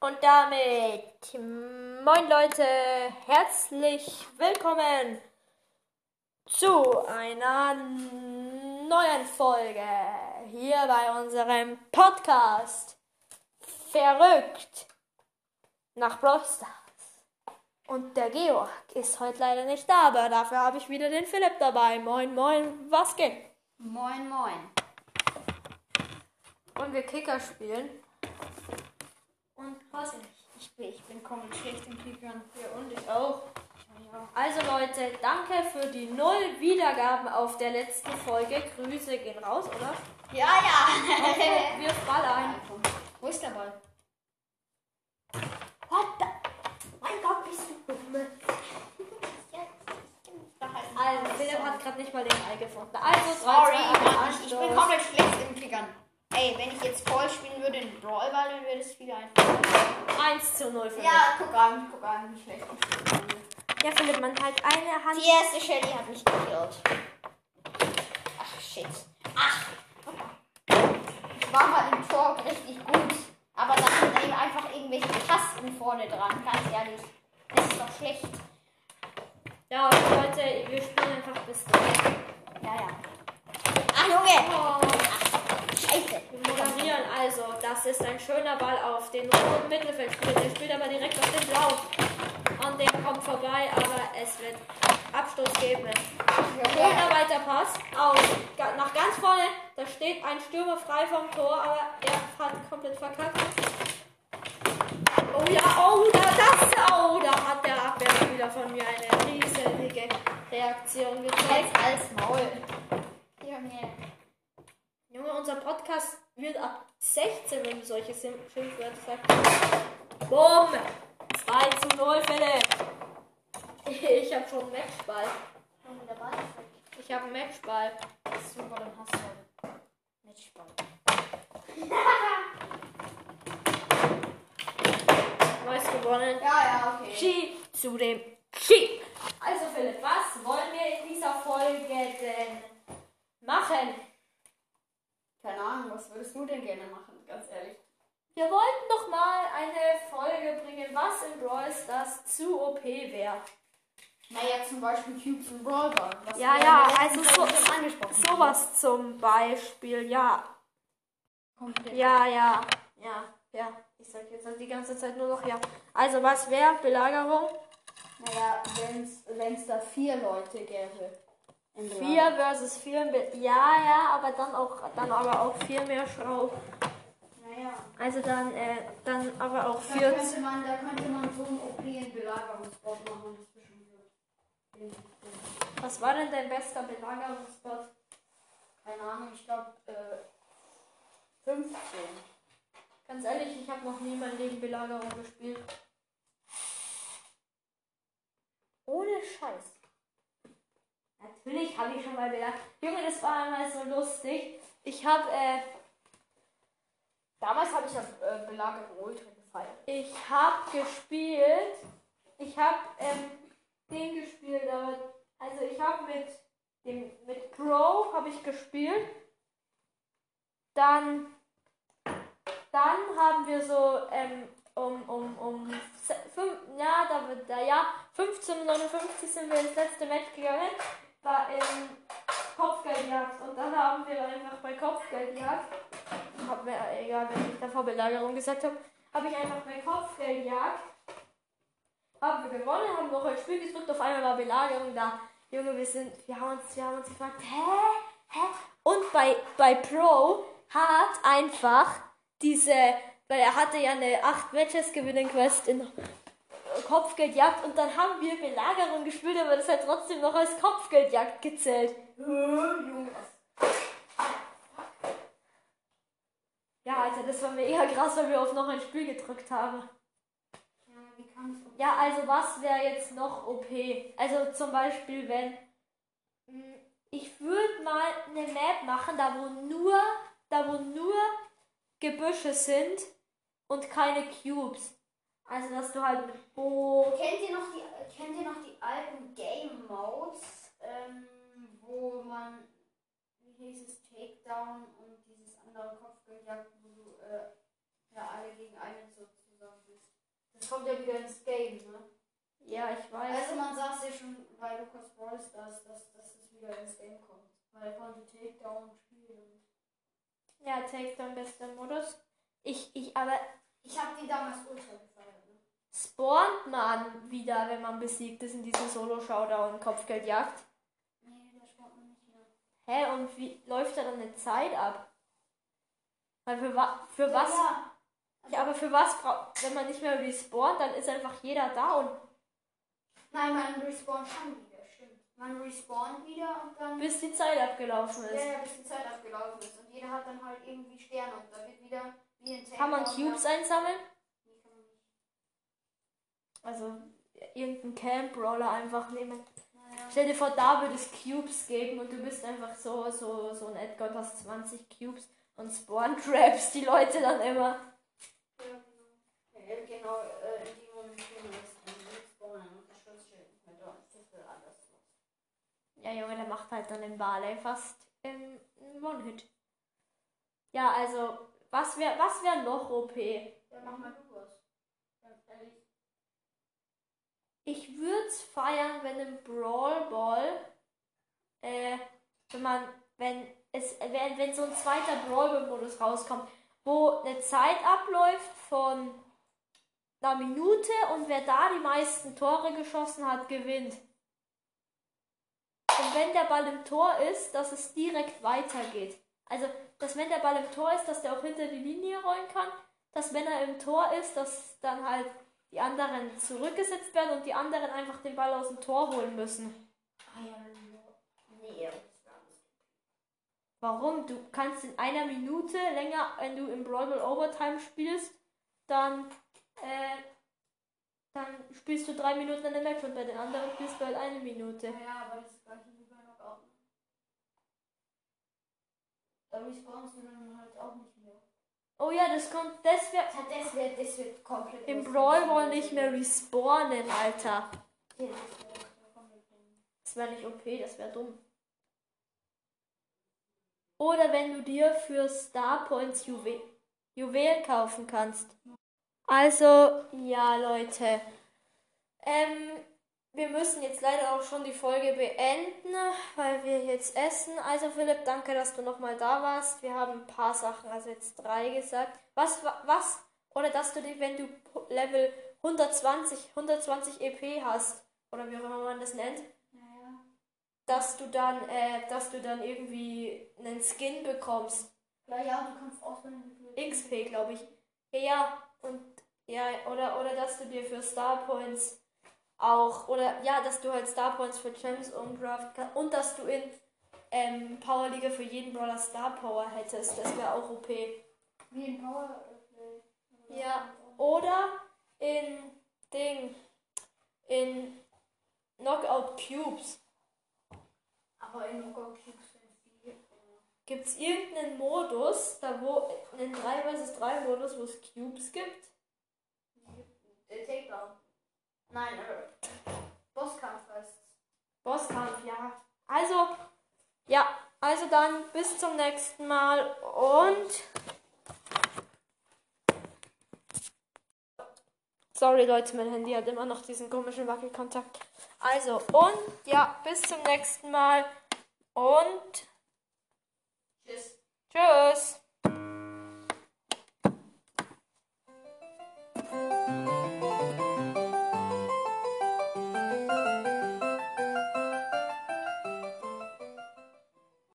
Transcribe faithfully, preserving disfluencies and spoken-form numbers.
Und damit, moin Leute, herzlich willkommen zu einer neuen Folge hier bei unserem Podcast Verrückt nach Brawl Stars. Und der Georg ist heute leider nicht da, aber dafür habe ich wieder den Philipp dabei. Moin, moin, was geht? Moin, moin. Und wir Kicker spielen. Und weiß ich nicht. Ich bin, ich bin komplett schlecht im Kickern. Ja, und ich auch. Ja. Also Leute, danke für die null Wiedergaben auf der letzten Folge. Grüße gehen raus, oder? Ja, ja. Okay, wirf Ball ein. Wo ist der Ball? What the? Mein Gott, bist du dumm. Also, Philipp hat gerade nicht mal den Ei gefunden. Also, Sorry, drei, zwei, eins, Mann, ich, ich bin Anstoß. komplett schlecht im Kickern. Ey, wenn ich jetzt voll spielen würde in Brawlball, dann wäre das viel einfacher. eins zu null für Ja, guck an, guck an, wie schlecht ich spiele. mich. Ja, Philipp, man halt eine Hand. Die erste Shelly hat mich gekillt. Ach, shit. Ach. Ich war mal im Tor richtig gut. Aber da sind eben einfach irgendwelche Tasten vorne dran. Ganz ehrlich. Das ist doch schlecht. Ja, und Leute, wir spielen einfach bis drei. Ja, ja. Ach, Junge. Oh. Scheiße. Wir moderieren also. Das ist ein schöner Ball auf den roten Mittelfeldspieler. Der spielt aber direkt auf den blauen. Und der kommt vorbei, aber es wird Abstoß geben. Schöner weiter Pass auf, ga- nach ganz vorne. Da steht ein Stürmer frei vom Tor, aber er hat komplett verkackt. Oh ja, oh, da, das, oh, da hat der Abwehrspieler von mir eine riesenige Reaktion gezeigt. Jetzt als Maul. Junge. Junge, unser Podcast wird ab sechzehn, wenn du solche Sim- Schimpfwörter sagst. Bumm! zwei zu null, Philipp. Ich hab schon einen Matchball. Junge, der Ball ist weg. Ich hab einen Matchball. Super, dann hast du einen Matchball. Neues gewonnen. Ja, ja, okay. Ski zu dem Ski. Also Philipp, was wollen wir in dieser Folge denn machen? Keine Ahnung, was würdest du denn gerne machen, ganz ehrlich? Wir wollten doch mal eine Folge bringen, was in Brawl Stars zu O P wäre. Naja, zum Beispiel Cubes und Brawlball. Was Ja, wir ja, in der letzten also so- Folge schon angesprochen haben. Sowas zum Beispiel, ja. Komplett. Ja, ja, ja, ja. Ich sag jetzt die ganze Zeit nur noch ja. Also was wäre Belagerung? Naja, wenn es da vier Leute gäbe. im vier Brawlball. versus vier. Ja, ja, aber dann auch dann aber auch viel mehr Schrauben. Naja. Also dann, äh, dann aber auch Da vier. könnte man, da könnte man so einen O P-Belagerungsbot machen. Das ist schon gut. Was war denn dein bester Belagerungsbot? Keine Ahnung, ich glaube äh, fünfzehn. Ganz ehrlich, ich habe noch nie in meinem Leben Belagerung gespielt. Ohne Scheiß. Natürlich habe ich schon mal Belagerung. Junge, das war einmal so lustig. Ich habe, äh, Damals habe ich ja äh, Belagerung Ultra gefeiert. ich habe gespielt. Ich habe, ähm, den gespielt, aber, also ich habe mit dem, mit Pro habe ich gespielt. Dann, dann haben wir so, ähm, um, um, um, se- fünf, ja, da wird, da, ja, fünfzehn Uhr neunundfünfzig sind wir ins letzte Match gegangen, war in Kopfgeldjagd und dann haben wir einfach bei Kopfgeldjagd, hab mir, egal, wenn ich davor Belagerung gesagt habe, habe ich einfach bei Kopfgeldjagd, haben wir gewonnen, haben noch ein Spiel gedrückt, auf einmal war Belagerung da. Junge, wir sind, wir haben uns, wir haben uns gefragt, hä, hä? Und bei, bei Pro hat einfach diese, weil er hatte ja eine acht Matches gewinnen Quest in Kopfgeldjagd und dann haben wir Belagerung gespielt, aber das hat trotzdem noch als Kopfgeldjagd gezählt. Ja, Alter, das war mega krass, weil wir auf noch ein Spiel gedrückt haben. Ja, wie kann es Ja, also was wäre jetzt noch O P? Also zum Beispiel, wenn mh, ich würde mal eine Map machen, da wo nur, da wo nur Gebüsche sind und keine Cubes. Also dass du halt mit Bo. Kennt ihr noch die, kennt ihr noch die alten Game Modes, ähm, wo man, wie hieß es, Takedown und dieses andere Kopfgeldjagd, wo du äh, ja alle gegen einen so zusammen bist? Das kommt ja wieder ins Game, ne? Ja, ich weiß. Also man sagt ja schon bei Lukas Brawl Stars, dass, dass es wieder ins Game kommt. Weil er konnte Takedown spielen. Ja, Takedown bester Modus. Ich, ich, aber Ich habe die damals ultra gefeiert, ne? spawnt man wieder, wenn man besiegt ist in diesem Solo-Showdown-Kopfgeldjagd? Nee, der spawnt man nicht mehr. Hä, und wie läuft da dann eine Zeit ab? Weil für, wa für Ja, was? ja. Ja, aber für was braucht, wenn man nicht mehr respawnt, dann ist einfach jeder down. Nein, man respawnt schon wieder, stimmt. Man respawnt wieder und dann... Bis die Zeit abgelaufen ist. Ja, ja, bis die Zeit abgelaufen ist. Und jeder hat dann halt irgendwie Sterne und da wird wieder wie ein Kann man Cubes einsammeln? Nee, kann man nicht. Also irgendeinen Camp-Brawler einfach nehmen. Naja. Stell dir vor, da würde es Cubes geben und du bist einfach so, so, so ein Edgar und hast zwanzig Cubes und Spawn-Traps die Leute dann immer. Ja, genau. Ja, genau, äh, in dem Moment, wo man das spawnen und das Schutzschild nicht mehr da ist, das wird alles los. Ja, Junge, der macht halt dann den Barley fast im One-Hit. Ja, also, was wäre was wär noch O P? Ja, mach mal du was. Ganz ehrlich. Ich würde es feiern, wenn im Brawl Ball, äh, wenn man, wenn es, wenn, wenn so ein zweiter Brawl Ball Modus rauskommt, wo eine Zeit abläuft von einer Minute und wer da die meisten Tore geschossen hat, gewinnt. Und wenn der Ball im Tor ist, dass es direkt weitergeht. Also, dass wenn der Ball im Tor ist, dass der auch hinter die Linie rollen kann. Dass wenn er im Tor ist, dass dann halt die anderen zurückgesetzt werden und die anderen einfach den Ball aus dem Tor holen müssen. Ah ja, nee, das war alles. Warum? Du kannst in einer Minute länger, wenn du im Brawl Ball Overtime spielst, dann, äh, dann spielst du drei Minuten in der Match und bei den anderen spielst du halt eine Minute. Ja, ja, aber das gleiche wie bei Knockout. Da respawnst du dann halt auch nicht mehr. Oh ja, das kommt, das wird Das wird, das wird komplett... im Brawl Ball nicht mehr respawnen, Alter. Ja, das wird komplett... Das wäre nicht O P, das wäre dumm. Oder wenn du dir für Star Points Juwe Juwelen kaufen kannst. Also, ja, Leute. Ähm, wir müssen jetzt leider auch schon die Folge beenden, weil wir jetzt essen. Also, Philipp, danke, dass du nochmal da warst. Wir haben ein paar Sachen, also jetzt drei gesagt. Was, was, oder dass du dich, wenn du Level hundertzwanzig, hundertzwanzig E P hast, oder wie auch immer man das nennt, Naja. dass du dann, äh, dass du dann irgendwie einen Skin bekommst. Ja, ja, du kannst auswählen, wie viel... X P, glaube ich. Ja, ja, und ja, oder, oder dass du dir für Star Points auch, oder ja, dass du halt Star Points für Gems umdraften kannst und dass du in ähm, Power Liga für jeden Brawler Star Power hättest. Das wäre auch O P. Wie in Power Play. Ja, oder in Ding, in Knockout Cubes. Aber in Knockout Cubes sind die... Gibt es irgendeinen Modus, da wo, einen drei versus drei Modus, wo es Cubes gibt? Äh, Takedown. Nein, äh, Bosskampf heißt Bosskampf, ja. Also, ja, also dann bis zum nächsten Mal und... Sorry Leute, mein Handy hat immer noch diesen komischen Wackelkontakt. Also, und ja, bis zum nächsten Mal und...